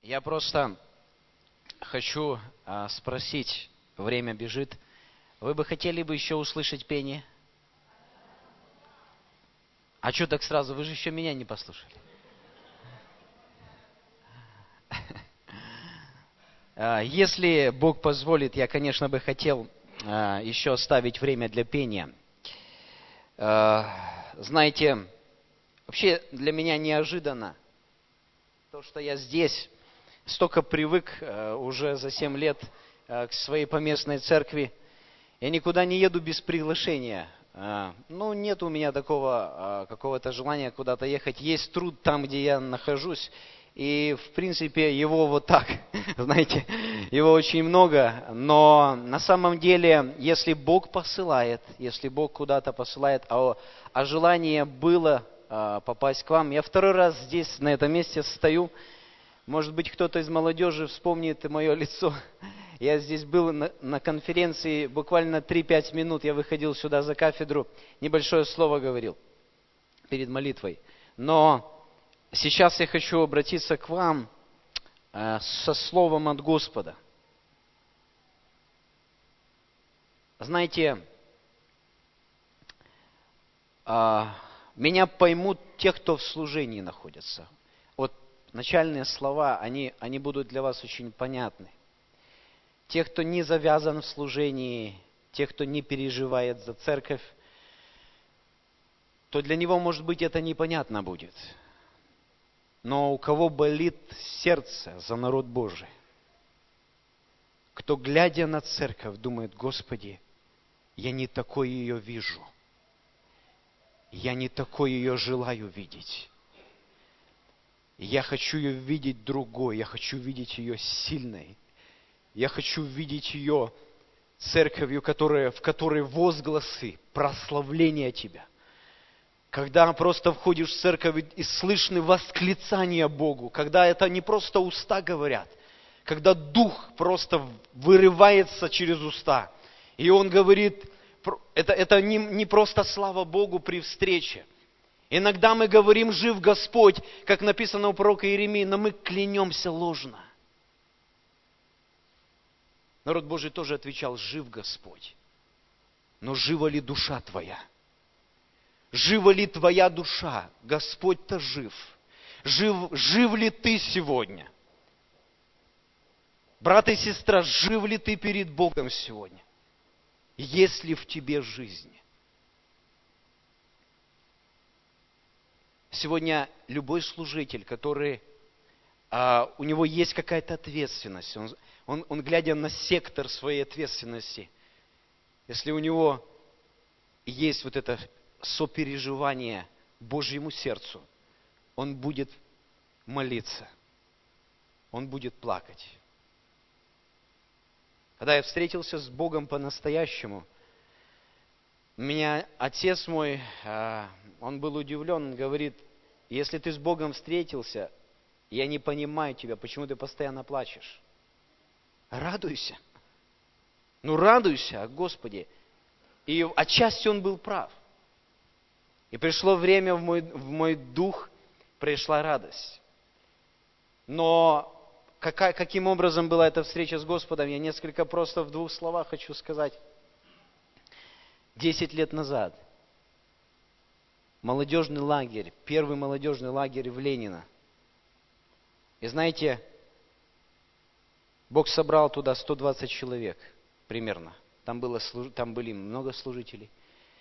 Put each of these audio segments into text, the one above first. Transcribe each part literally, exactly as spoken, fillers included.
Я просто хочу а, спросить, время бежит, вы бы хотели бы еще услышать пение? А что так сразу? Вы же еще меня не послушали. Если Бог позволит, я, конечно, бы хотел еще оставить время для пения. Знаете, вообще для меня неожиданно то, что я здесь столько привык уже за семь лет к своей поместной церкви. Я никуда не еду без приглашения. Ну, нет у меня такого какого-то желания куда-то ехать. Есть труд там, где я нахожусь. И, в принципе, его вот так, знаете, его очень много. Но на самом деле, если Бог посылает, если Бог куда-то посылает, а, а желание было а, попасть к вам, я второй раз здесь, на этом месте стою. Может быть, кто-то из молодежи вспомнит мое лицо. Я здесь был на, на конференции, буквально три-пять минут я выходил сюда за кафедру, небольшое слово говорил перед молитвой. Но сейчас я хочу обратиться к вам э, со словом от Господа. Знаете, э, меня поймут те, кто в служении находится. Вот начальные слова, они, они будут для вас очень понятны. Те, кто не завязан в служении, те, кто не переживает за церковь, то для него, может быть, это непонятно будет. Но у кого болит сердце за народ Божий, кто, глядя на церковь, думает: Господи, я не такой ее вижу, я не такой ее желаю видеть. Я хочу ее видеть другой, я хочу видеть ее сильной. Я хочу видеть ее церковью, которая, в которой возгласы, прославления Тебя. Когда просто входишь в церковь и слышны восклицания Богу, когда это не просто уста говорят, когда Дух просто вырывается через уста, и Он говорит, это, это не, не просто слава Богу при встрече. Иногда мы говорим: жив Господь, как написано у пророка Иеремии, но мы клянемся ложно. Народ Божий тоже отвечал: жив Господь. Но жива ли душа твоя? Жива ли твоя душа? Господь-то жив. Жив, жив ли ты сегодня? Брат и сестра, жив ли ты перед Богом сегодня? Есть ли в тебе жизнь? Сегодня любой служитель, который, а, у него есть какая-то ответственность, он, он, он, глядя на сектор своей ответственности, если у него есть вот это сопереживание Божьему сердцу, он будет молиться, он будет плакать. Когда я встретился с Богом по-настоящему, у меня отец мой, он был удивлен, он говорит: если ты с Богом встретился, я не понимаю тебя, почему ты постоянно плачешь? Радуйся. Ну радуйся, Господи. И отчасти он был прав. И пришло время, в мой, в мой дух пришла радость. Но какая, каким образом была эта встреча с Господом, я несколько просто в двух словах хочу сказать. Десять лет назад молодежный лагерь, первый молодежный лагерь в Ленино. И знаете, Бог собрал туда сто двадцать человек примерно. Там, было, там были много служителей.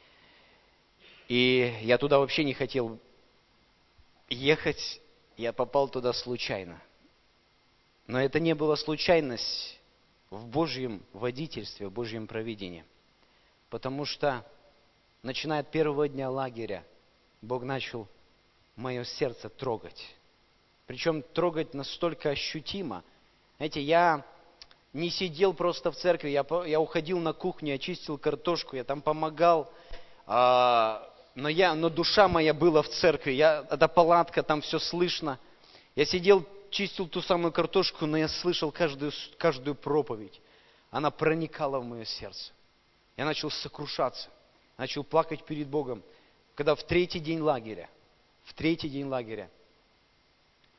И я туда вообще не хотел ехать, я попал туда случайно. Но это не была случайность в Божьем водительстве, в Божьем провидении. Потому что, начиная от первого дня лагеря, Бог начал мое сердце трогать. Причем трогать настолько ощутимо. Знаете, я не сидел просто в церкви, я, я уходил на кухню, я чистил картошку, я там помогал. А, но, я, но душа моя была в церкви, я, эта палатка, там все слышно. Я сидел, чистил ту самую картошку, но я слышал каждую, каждую проповедь. Она проникала в мое сердце. Я начал сокрушаться, начал плакать перед Богом. Когда в третий день лагеря, в третий день лагеря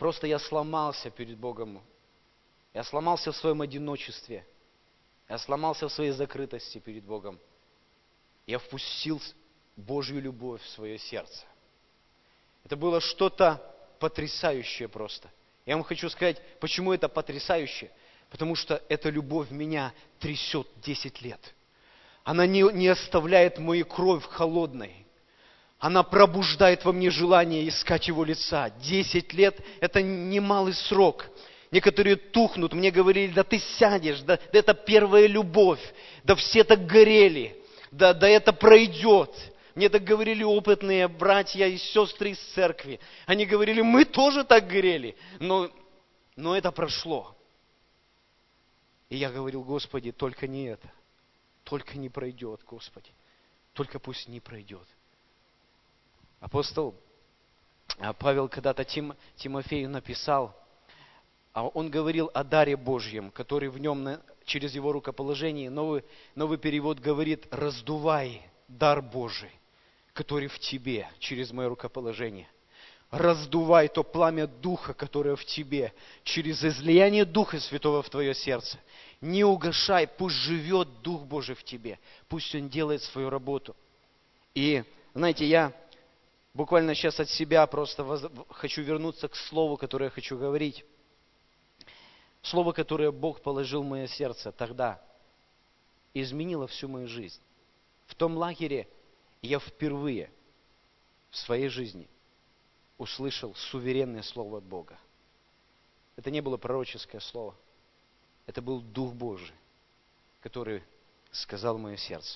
просто я сломался перед Богом. Я сломался в своем одиночестве. Я сломался в своей закрытости перед Богом. Я впустил Божью любовь в свое сердце. Это было что-то потрясающее просто. Я вам хочу сказать, почему это потрясающе. Потому что эта любовь меня трясет десять лет. Она не, не оставляет мою кровь холодной. Она пробуждает во мне желание искать Его лица. Десять лет – это немалый срок. Некоторые тухнут, мне говорили, да ты сядешь, да, да это первая любовь, да все так горели, да, да это пройдет. Мне так говорили опытные братья и сестры из церкви. Они говорили, мы тоже так горели, но, но это прошло. И я говорил, Господи, только не это, только не пройдет, Господи, только пусть не пройдет. Апостол Павел когда-то Тим, Тимофею написал, а он говорил о даре Божьем, который в нем через его рукоположение. Новый, новый перевод говорит, раздувай дар Божий, который в тебе через мое рукоположение. Раздувай то пламя Духа, которое в тебе, через излияние Духа Святого в твое сердце. Не угашай, пусть живет Дух Божий в тебе, пусть Он делает свою работу. И, знаете, я буквально сейчас от себя просто воз... хочу вернуться к слову, которое я хочу говорить. Слово, которое Бог положил в мое сердце тогда, изменило всю мою жизнь. В том лагере я впервые в своей жизни услышал суверенное слово от Бога. Это не было пророческое слово. Это был Дух Божий, который сказал в мое сердце.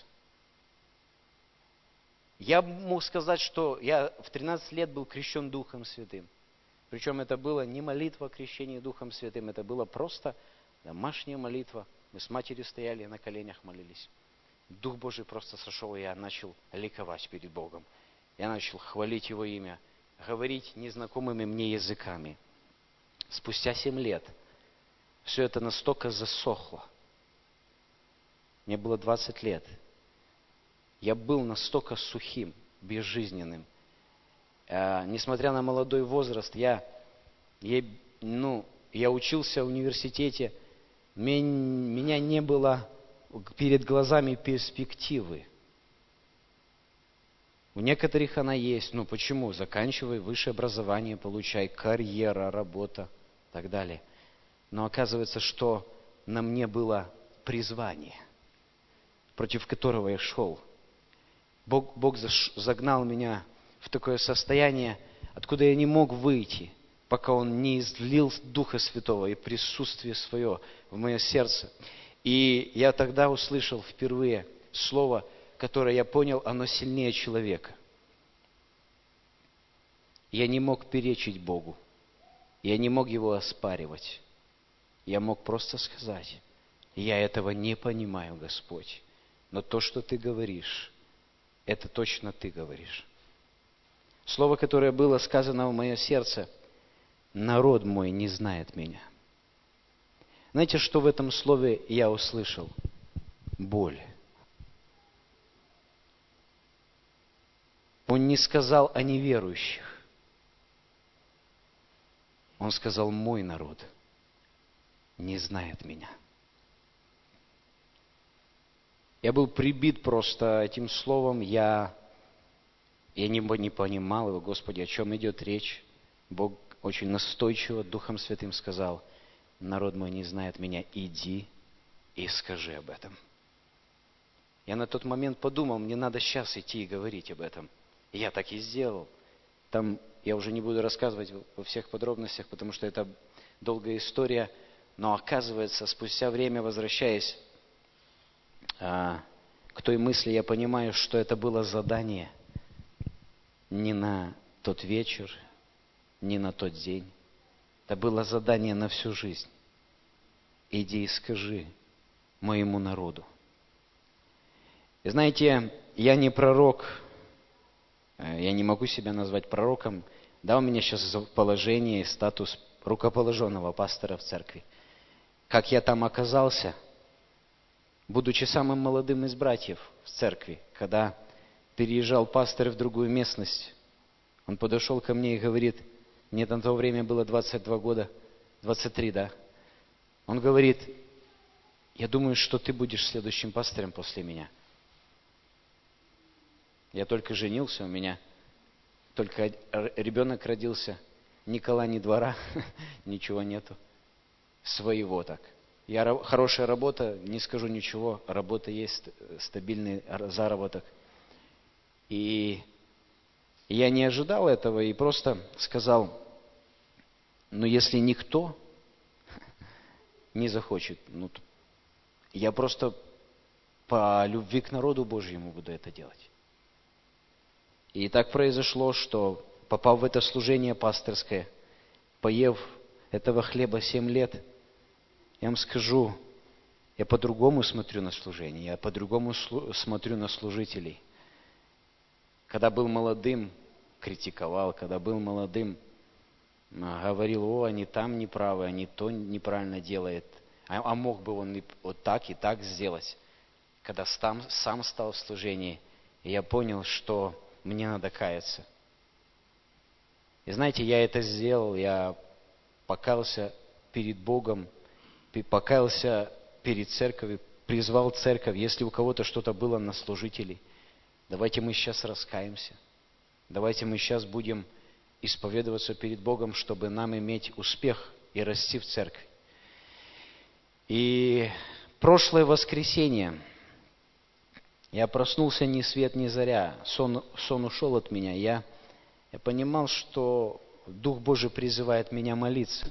Я мог сказать, что я в тринадцать лет был крещен Духом Святым. Причем это было не молитва о крещении Духом Святым, это была просто домашняя молитва. Мы с матерью стояли, на коленях молились. Дух Божий просто сошел, и я начал ликовать перед Богом. Я начал хвалить Его имя, говорить незнакомыми мне языками. Спустя семь лет все это настолько засохло. Мне было двадцать лет. Я был настолько сухим, безжизненным. Uh, несмотря на молодой возраст, я, я, ну, я учился в университете, меня, меня не было перед глазами перспективы. У некоторых она есть. Ну почему? Заканчивай высшее образование, получай карьера, работа и так далее. Но оказывается, что на мне было призвание, против которого я шел. Бог, Бог загнал меня в такое состояние, откуда я не мог выйти, пока Он не излил Духа Святого и присутствие свое в мое сердце. И я тогда услышал впервые слово, которое я понял, оно сильнее человека. Я не мог перечить Богу. Я не мог Его оспаривать. Я мог просто сказать, я этого не понимаю, Господь, но то, что Ты говоришь, это точно Ты говоришь. Слово, которое было сказано в мое сердце, народ мой не знает меня. Знаете, что в этом слове я услышал? Боль. Он не сказал о неверующих. Он сказал, мой народ не знает меня. Я был прибит просто этим словом, я... Я не, не понимал его, Господи, о чем идет речь. Бог очень настойчиво Духом Святым сказал, народ мой не знает меня, иди и скажи об этом. Я на тот момент подумал, мне надо сейчас идти и говорить об этом. И я так и сделал. Там я уже не буду рассказывать во всех подробностях, потому что это долгая история. Но оказывается, спустя время, возвращаясь а, к той мысли, я понимаю, что это было задание не на тот вечер, не на тот день. Это было задание на всю жизнь. Иди и скажи моему народу. И знаете, я не пророк, я не могу себя назвать пророком. Да, у меня сейчас положение и статус рукоположенного пастора в церкви. Как я там оказался, будучи самым молодым из братьев в церкви, когда переезжал пастор в другую местность, он подошел ко мне и говорит, мне на то время было двадцать два года, двадцать три, да. Он говорит: я думаю, что ты будешь следующим пастырем после меня. Я только женился, у меня только ребенок родился, ни кола, ни двора, ничего нету. Своего так. Я, хорошая работа, не скажу ничего, работа есть, стабильный заработок. И я не ожидал этого и просто сказал: ну если никто не захочет, ну, я просто по любви к народу Божьему буду это делать. И так произошло, что, попав в это служение пасторское, поев этого хлеба семь лет, я вам скажу, я по-другому смотрю на служение, я по-другому смотрю на служителей. Когда был молодым, критиковал, когда был молодым, говорил: о, они там неправы, они то неправильно делают, а, а мог бы он и вот так и так сделать. Когда сам, сам стал в служении, я понял, что мне надо каяться. И знаете, я это сделал, я покаялся перед Богом, покаялся перед церковью, призвал церковь. Если у кого-то что-то было на служителей, давайте мы сейчас раскаемся. Давайте мы сейчас будем исповедоваться перед Богом, чтобы нам иметь успех и расти в церкви. И прошлое воскресенье я проснулся ни свет, ни заря. Сон, сон ушел от меня. Я, я понимал, что Дух Божий призывает меня молиться.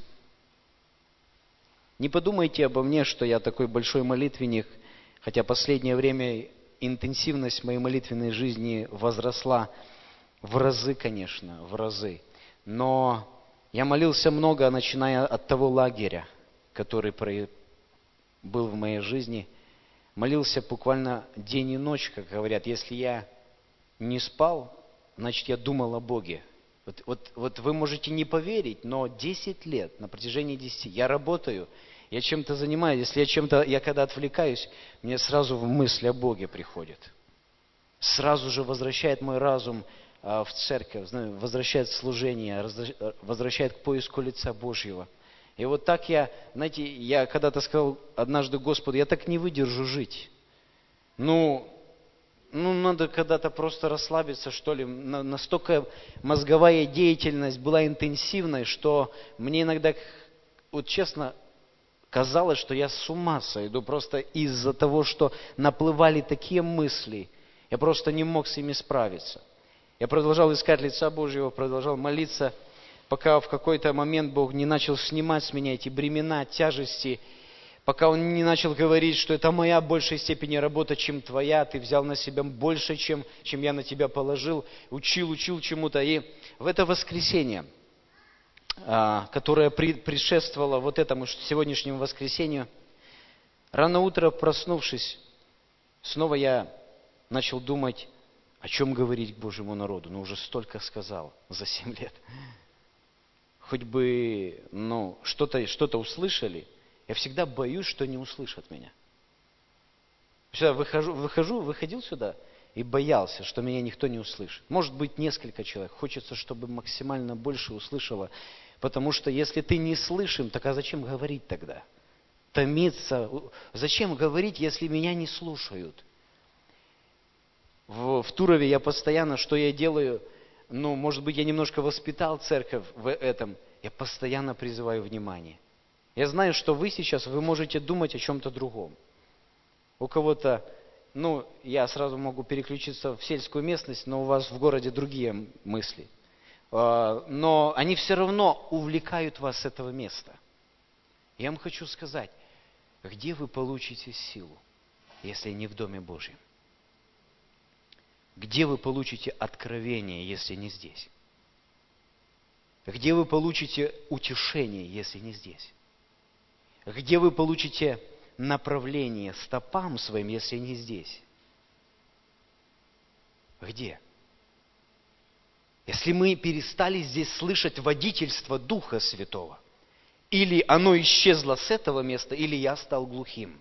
Не подумайте обо мне, что я такой большой молитвенник, хотя последнее время интенсивность моей молитвенной жизни возросла в разы, конечно, в разы. Но я молился много, начиная от того лагеря, который был в моей жизни. Молился буквально день и ночь, как говорят. Если я не спал, значит, я думал о Боге. Вот, вот, вот вы можете не поверить, но десять лет, на протяжении десяти, я работаю, я чем-то занимаюсь. Если я чем-то, я когда отвлекаюсь, мне сразу в мысль о Боге приходит. Сразу же возвращает мой разум а, в церковь, возвращает в служение, возвращает к поиску лица Божьего. И вот так я, знаете, я когда-то сказал однажды Господу: я так не выдержу жить. Ну, ну надо когда-то просто расслабиться, что ли. Настолько мозговая деятельность была интенсивной, что мне иногда, вот честно, казалось, что я с ума сойду просто из-за того, что наплывали такие мысли. Я просто не мог с ними справиться. Я продолжал искать лица Божьего, продолжал молиться, пока в какой-то момент Бог не начал снимать с меня эти бремена, тяжести, пока Он не начал говорить, что это моя в большей степени работа, чем твоя, ты взял на себя больше, чем, чем я на тебя положил, учил, учил чему-то. И в это воскресенье, которое предшествовало вот этому сегодняшнему воскресенью, рано утром проснувшись, снова я начал думать, о чем говорить к Божьему народу. Ну, уже столько сказал за семь лет. Хоть бы, ну, что-то, что-то услышали. Я всегда боюсь, что не услышат меня. Всегда выхожу, выхожу, выходил сюда и боялся, что меня никто не услышит. Может быть, несколько человек. Хочется, чтобы максимально больше услышало. Потому что если ты не слышим, так а зачем говорить тогда? Томиться. Зачем говорить, если меня не слушают? В, в Турове я постоянно, что я делаю, ну, может быть, я немножко воспитал церковь в этом, я постоянно призываю внимание. Я знаю, что вы сейчас, вы можете думать о чем-то другом. У кого-то, ну, я сразу могу переключиться в сельскую местность, но у вас в городе другие мысли. Но они все равно увлекают вас с этого места. Я вам хочу сказать, где вы получите силу, если не в Доме Божьем? Где вы получите откровение, если не здесь? Где вы получите утешение, если не здесь? Где вы получите направление стопам своим, если не здесь? Где? Если мы перестали здесь слышать водительство Духа Святого, или оно исчезло с этого места, или я стал глухим.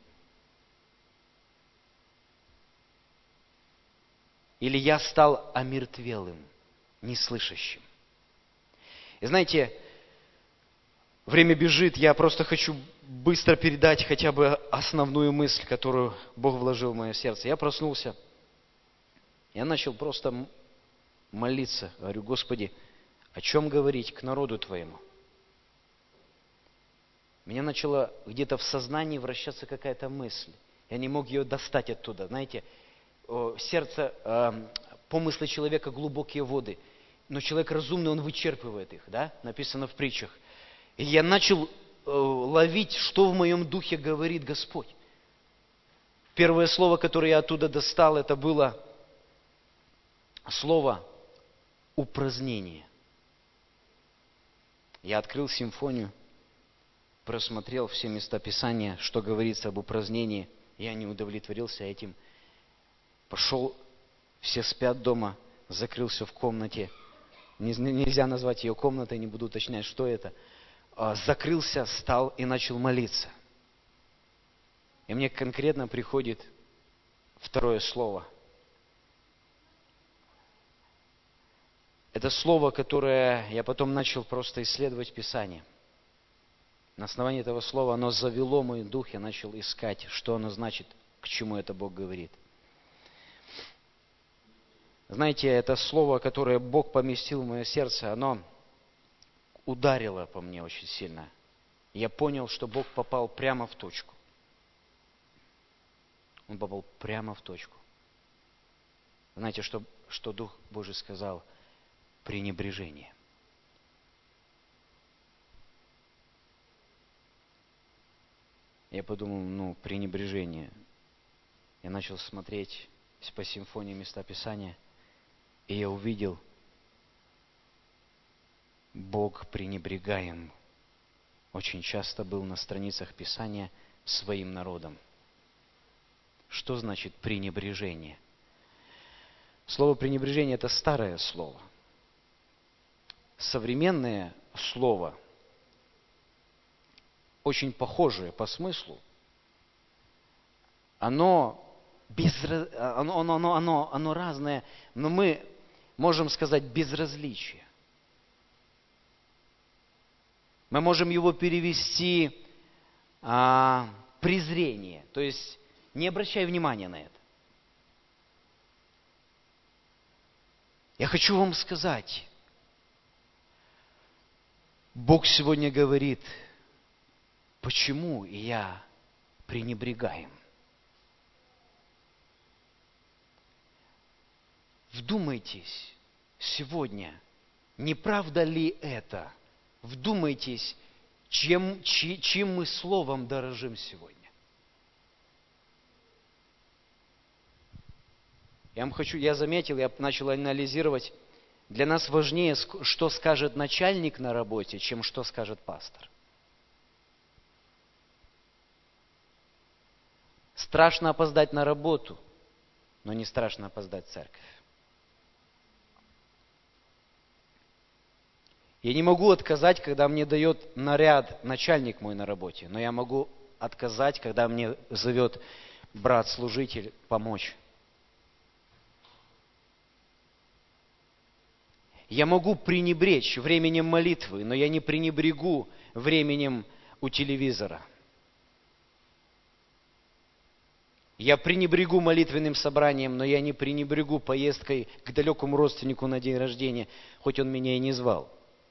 Или я стал омертвелым, неслышащим. И знаете, время бежит, я просто хочу быстро передать хотя бы основную мысль, которую Бог вложил в мое сердце. Я проснулся, я начал просто молиться. Говорю: Господи, о чем говорить к народу Твоему? Меня начала где-то в сознании вращаться какая-то мысль. Я не мог ее достать оттуда. Знаете, сердце, помыслы человека глубокие воды. Но человек разумный, он вычерпывает их, да? Написано в притчах. И я начал ловить, что в моем духе говорит Господь. Первое слово, которое я оттуда достал, это было слово «упразднение». Я открыл симфонию, просмотрел все места Писания, что говорится об упразднении. Я не удовлетворился этим. Пошел, все спят дома, закрылся в комнате. Нельзя назвать ее комнатой, не буду уточнять, что это. Закрылся, встал и начал молиться. И мне конкретно приходит второе слово. Это слово, которое я потом начал просто исследовать Писание. На основании этого слова оно завело мой дух, я начал искать, что оно значит, к чему это Бог говорит. Знаете, это слово, которое Бог поместил в мое сердце, оно ударило по мне очень сильно. Я понял, что Бог попал прямо в точку. Он попал прямо в точку. Знаете, что, что Дух Божий сказал? Пренебрежение. Я подумал, ну, пренебрежение. Я начал смотреть по симфонии места Писания, и я увидел, Бог пренебрегаем очень часто был на страницах Писания своим народом. Что значит пренебрежение? Слово пренебрежение – это старое слово. Современное слово, очень похожее по смыслу, оно, безра... оно, оно, оно, оно, оно разное, но мы можем сказать безразличие. Мы можем его перевести а, презрение, то есть не обращай внимания на это. Я хочу вам сказать, Бог сегодня говорит, почему я пренебрегаем. Вдумайтесь сегодня, не правда ли это? Вдумайтесь, чем, чи, чьим мы словом дорожим сегодня. Я вам хочу, я заметил, я начал анализировать. Для нас важнее, что скажет начальник на работе, чем что скажет пастор. Страшно опоздать на работу, но не страшно опоздать в церковь. Я не могу отказать, когда мне дает наряд начальник мой на работе, но я могу отказать, когда мне зовет брат-служитель помочь. Я могу пренебречь временем молитвы, но я не пренебрегу временем у телевизора. Я пренебрегу молитвенным собранием, но я не пренебрегу поездкой к далекому родственнику на день рождения, хоть он меня и не звал.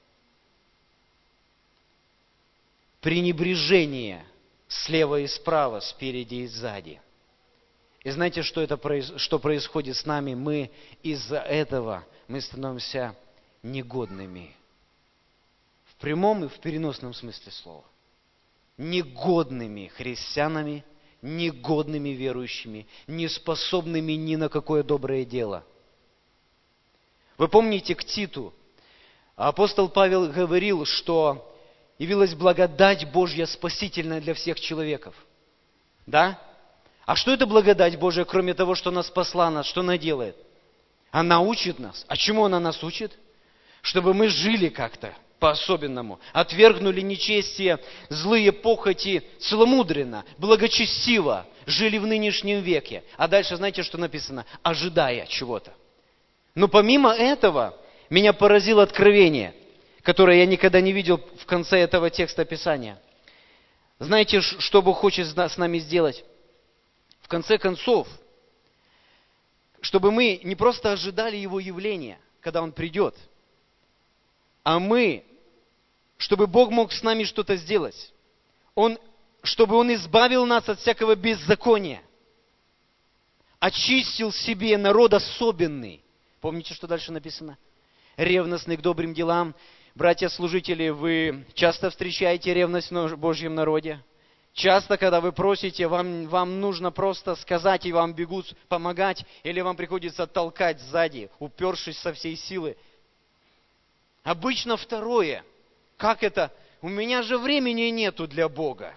Пренебрежение слева и справа, спереди и сзади. И знаете, что, это, что происходит с нами? Мы из-за этого мы становимся негодными. В прямом и в переносном смысле слова. Негодными христианами, негодными верующими, неспособными ни на какое доброе дело. Вы помните к Титу? Апостол Павел говорил, что явилась благодать Божья спасительная для всех человеков. Да? А что это благодать Божья, кроме того, что она спасла нас? Что она делает? Она учит нас. А чему она нас учит? Чтобы мы жили как-то по-особенному. Отвергнули нечестие, злые похоти целомудренно, благочестиво. Жили в нынешнем веке. А дальше знаете, что написано? Ожидая чего-то. Но помимо этого, меня поразило откровение. которое я никогда не видел в конце этого текста Писания. Знаете, что Бог хочет с нами сделать? В конце концов, чтобы мы не просто ожидали Его явления, когда Он придет, а мы, чтобы Бог мог с нами что-то сделать. Он, чтобы Он избавил нас от всякого беззакония, очистил себе народ особенный. Помните, что дальше написано? Ревностный к добрым делам. Братья-служители, вы часто встречаете ревность в Божьем народе? Часто, когда вы просите, вам, вам нужно просто сказать, и вам бегут помогать, или вам приходится толкать сзади, упершись со всей силы. Обычно второе. Как это? У меня же времени нету для Бога.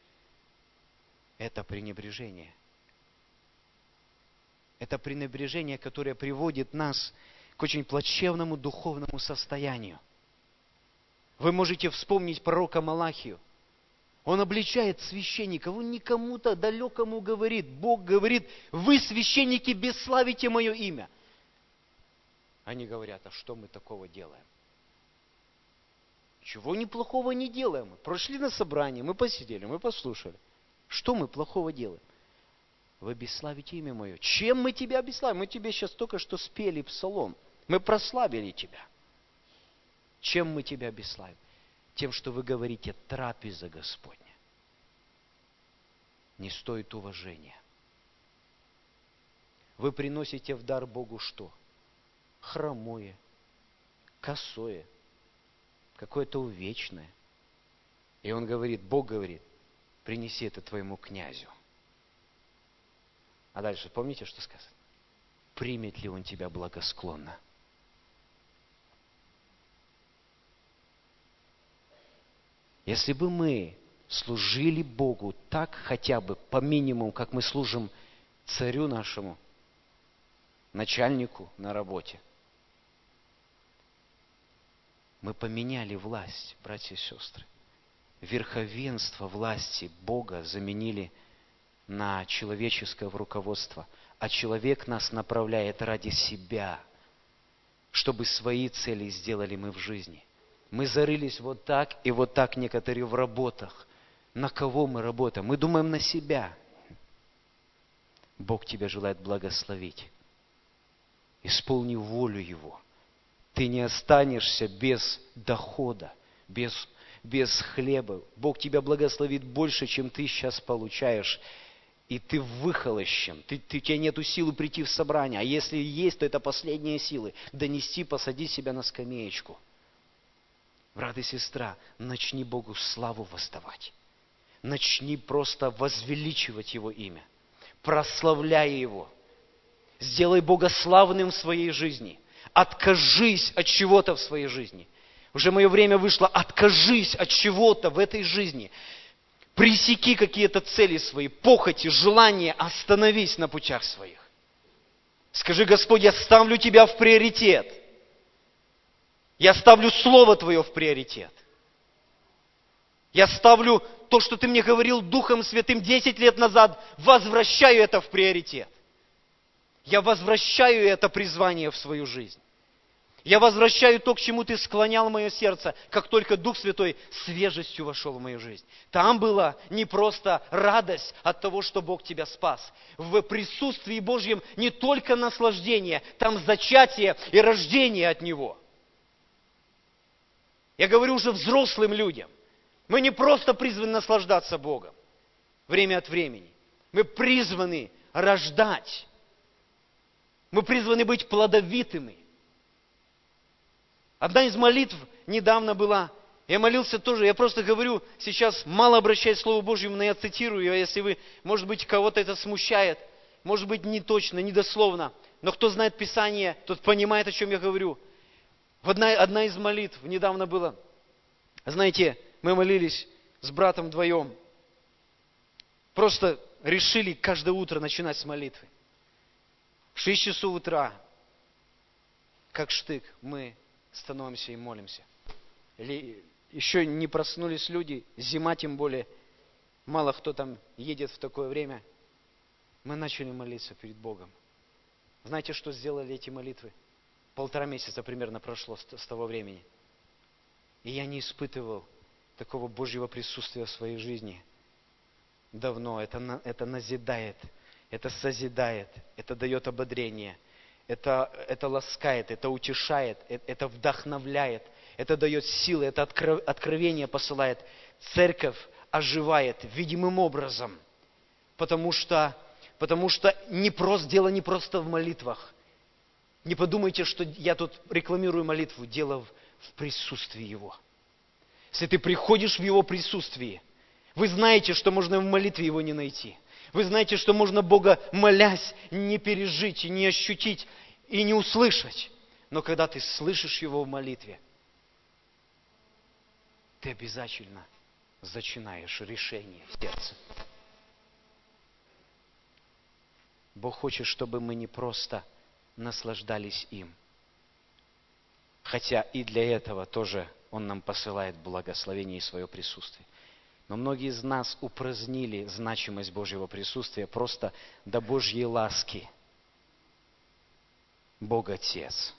Это пренебрежение. Это пренебрежение, которое приводит нас к очень плачевному духовному состоянию. Вы можете вспомнить пророка Малахию. Он обличает священников, он не кому-то далекому говорит. Бог говорит: вы, священники, бесславите мое имя. Они говорят: а что мы такого делаем? Чего мы плохого не делаем? Прошли на собрание, мы посидели, мы послушали. Что мы плохого делаем? Вы бесславите имя мое. Чем мы тебя бесславим? Мы тебе сейчас только что спели псалом. Мы прославили тебя. Чем мы тебя бесславим? Тем, что вы говорите: трапеза Господня не стоит уважения. Вы приносите в дар Богу что? Хромое, косое, какое-то увечное. И Он говорит, Бог говорит: принеси это твоему князю. А дальше помните, что сказано? Примет ли он тебя благосклонно? Если бы мы служили Богу так хотя бы по минимуму, как мы служим царю нашему, начальнику на работе, мы поменяли власть, братья и сестры. Верховенство власти Бога заменили на человеческое руководство, а человек нас направляет ради себя, чтобы свои цели сделали мы в жизни. Мы зарылись вот так и вот так некоторые в работах. На кого мы работаем? Мы думаем на себя. Бог тебя желает благословить. Исполни волю Его. Ты не останешься без дохода, без, без хлеба. Бог тебя благословит больше, чем ты сейчас получаешь. И ты выхолощен, ты, ты, у тебя нету силы прийти в собрание. А если есть, то это последние силы. Донести, посадить себя на скамеечку. Брат и сестра, начни Богу славу воздавать. Начни просто возвеличивать Его имя. Прославляй Его. Сделай Бога славным в своей жизни. Откажись от чего-то в своей жизни. Уже мое время вышло. Откажись от чего-то в этой жизни. Пресеки какие-то цели свои, похоти, желания, остановись на путях своих. Скажи: Господь, я ставлю Тебя в приоритет. Я ставлю Слово Твое в приоритет. Я ставлю то, что Ты мне говорил Духом Святым десять лет назад, возвращаю это в приоритет. Я возвращаю это призвание в свою жизнь. Я возвращаю то, к чему Ты склонял мое сердце, как только Дух Святой свежестью вошел в мою жизнь. Там была не просто радость от того, что Бог тебя спас. В присутствии Божьем не только наслаждение, там зачатие и рождение от Него. Я говорю уже взрослым людям. Мы не просто призваны наслаждаться Богом время от времени. Мы призваны рождать. Мы призваны быть плодовитыми. Одна из молитв недавно была, я молился тоже, я просто говорю, сейчас мало обращаюсь к Слову Божьему, но я цитирую, если вы, может быть, кого-то это смущает, может быть, не точно, не дословно, но кто знает Писание, тот понимает, о чем я говорю. Одна, одна из молитв недавно была, знаете, мы молились с братом вдвоем, просто решили каждое утро начинать с молитвы. В шесть часов утра, как штык, мы становимся и молимся. Или еще не проснулись люди, зима тем более, мало кто там едет в такое время. Мы начали молиться перед Богом. Знаете, что сделали эти молитвы? Полтора месяца примерно прошло с того времени. И я не испытывал такого Божьего присутствия в своей жизни давно. Это, это назидает, это созидает, это дает ободрение, это, это ласкает, это утешает, это вдохновляет, это дает силы, это откровение посылает. Церковь оживает видимым образом, потому что, потому что не просто, дело не просто в молитвах. Не подумайте, что я тут рекламирую молитву. Дело в, в присутствии Его. Если ты приходишь в Его присутствии, вы знаете, что можно в молитве Его не найти. Вы знаете, что можно Бога, молясь, не пережить, и не ощутить, и не услышать. Но когда ты слышишь Его в молитве, ты обязательно зачинаешь решение в сердце. Бог хочет, чтобы мы не просто наслаждались им. Хотя и для этого тоже Он нам посылает благословение и свое присутствие. Но многие из нас упразднили значимость Божьего присутствия просто до Божьей ласки. Бог Отец.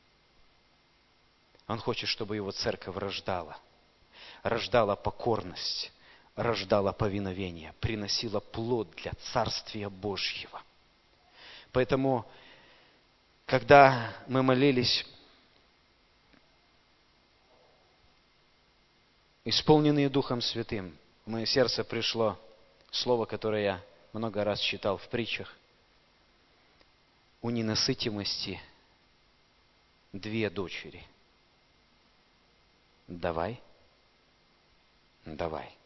Он хочет, чтобы Его церковь рождала. Рождала покорность, рождала повиновение, приносила плод для Царствия Божьего. Поэтому, когда мы молились, исполненные Духом Святым, в мое сердце пришло слово, которое я много раз читал в притчах. У ненасытимости две дочери. Давай, давай.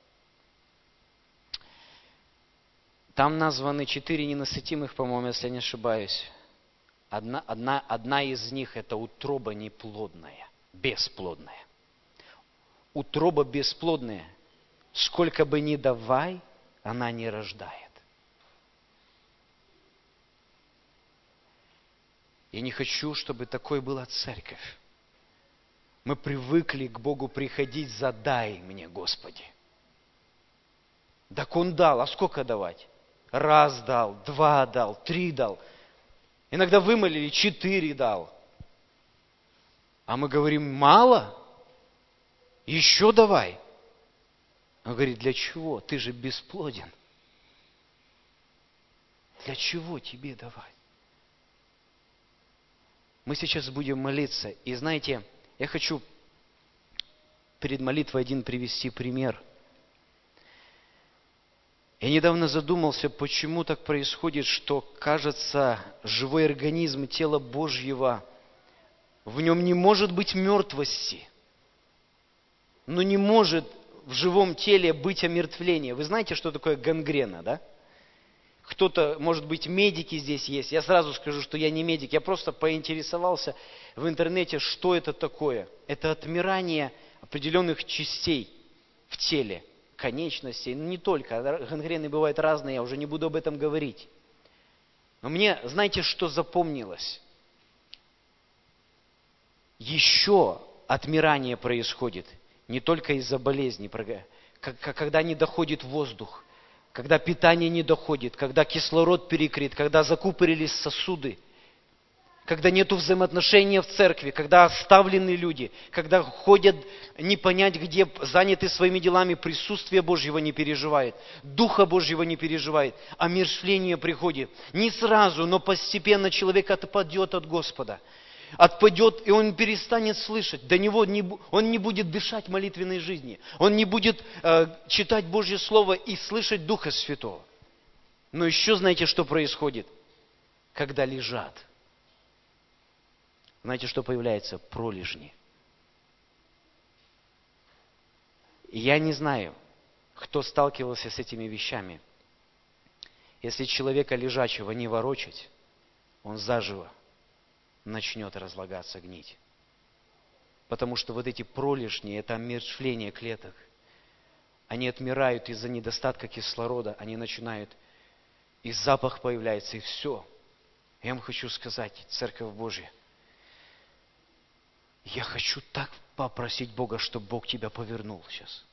Там названы четыре ненасытимых, по-моему, если я не ошибаюсь. Одна, одна, одна из них – это утроба неплодная, бесплодная. Утроба бесплодная, сколько бы ни давай, она не рождает. Я не хочу, чтобы такой была церковь. Мы привыкли к Богу приходить за «дай мне, Господи». Так Он дал, а сколько давать? Раз дал, два дал, три дал. Иногда вымолили, четыре дал. А мы говорим, мало? Еще давай. Он говорит, для чего? Ты же бесплоден. Для чего тебе давать? Мы сейчас будем молиться. И знаете, я хочу перед молитвой один привести пример. Я недавно задумался, почему так происходит, что, кажется, живой организм тела Божьего, в нем не может быть мертвости, но не может в живом теле быть омертвления. Вы знаете, что такое гангрена, да? Кто-то, может быть, медики здесь есть. Я сразу скажу, что я не медик. Я просто поинтересовался в интернете, что это такое. Это отмирание определенных частей в теле. Конечностей, не только, гангрены бывают разные, я уже не буду об этом говорить. Но мне, знаете, что запомнилось? Еще отмирание происходит не только из-за болезни, когда не доходит воздух, когда питание не доходит, когда кислород перекрыт, когда закупорились сосуды, когда нет взаимоотношения в церкви, когда оставлены люди, когда ходят не понять где, заняты своими делами, присутствие Божьего не переживает, Духа Божьего не переживает, омершление приходит. Не сразу, но постепенно человек отпадет от Господа. Отпадет, и он перестанет слышать. До него не, он не будет дышать молитвенной жизни. Он не будет э, читать Божье Слово и слышать Духа Святого. Но еще знаете, что происходит? Когда лежат. Знаете, что появляется? Пролежни. И я не знаю, кто сталкивался с этими вещами. Если человека лежачего не ворочать, он заживо начнет разлагаться, гнить. Потому что вот эти пролежни, это омертвление клеток, они отмирают из-за недостатка кислорода, они начинают, и запах появляется, и все. Я вам хочу сказать, Церковь Божья, я хочу так попросить Бога, чтобы Бог тебя повернул сейчас.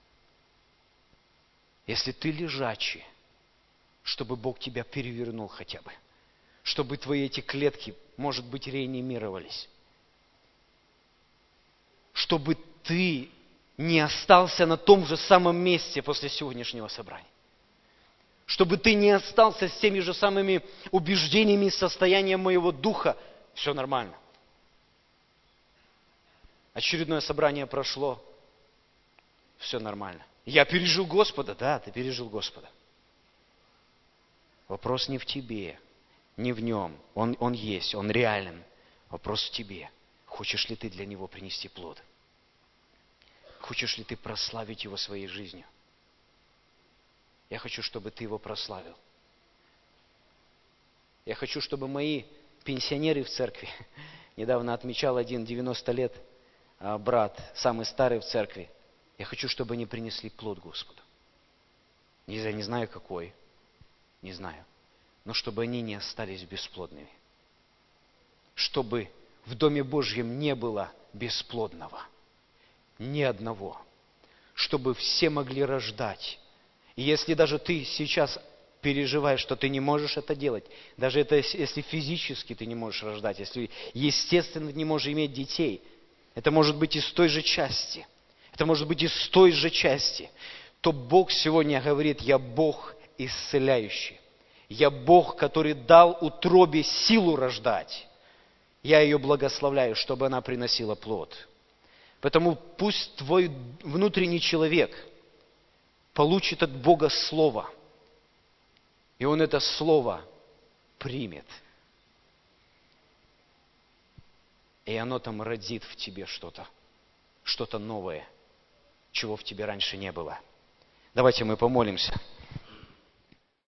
Если ты лежачий, чтобы Бог тебя перевернул хотя бы. Чтобы твои эти клетки, может быть, реанимировались. Чтобы ты не остался на том же самом месте после сегодняшнего собрания. Чтобы ты не остался с теми же самыми убеждениями и состоянием моего духа. Все нормально. Очередное собрание прошло. Все нормально. Я пережил Господа. Да, ты пережил Господа. Вопрос не в тебе, не в нем. Он, он есть, он реален. Вопрос в тебе. Хочешь ли ты для Него принести плод? Хочешь ли ты прославить Его своей жизнью? Я хочу, чтобы ты Его прославил. Я хочу, чтобы мои пенсионеры в церкви, недавно отмечал один девяносто лет брат, самый старый в церкви, я хочу, чтобы они принесли плод Господу. Я не знаю какой, не знаю, но чтобы они не остались бесплодными. Чтобы в Доме Божьем не было бесплодного. Ни одного. Чтобы все могли рождать. И если даже ты сейчас переживаешь, что ты не можешь это делать, даже это, если физически ты не можешь рождать, если естественно ты не можешь иметь детей, это может быть из той же части, это может быть из той же части, то Бог сегодня говорит: я Бог исцеляющий. Я Бог, который дал утробе силу рождать. Я ее благословляю, чтобы она приносила плод. Поэтому пусть твой внутренний человек получит от Бога Слово. И он это Слово примет. И оно там родит в тебе что-то. Что-то новое, чего в тебе раньше не было. Давайте мы помолимся.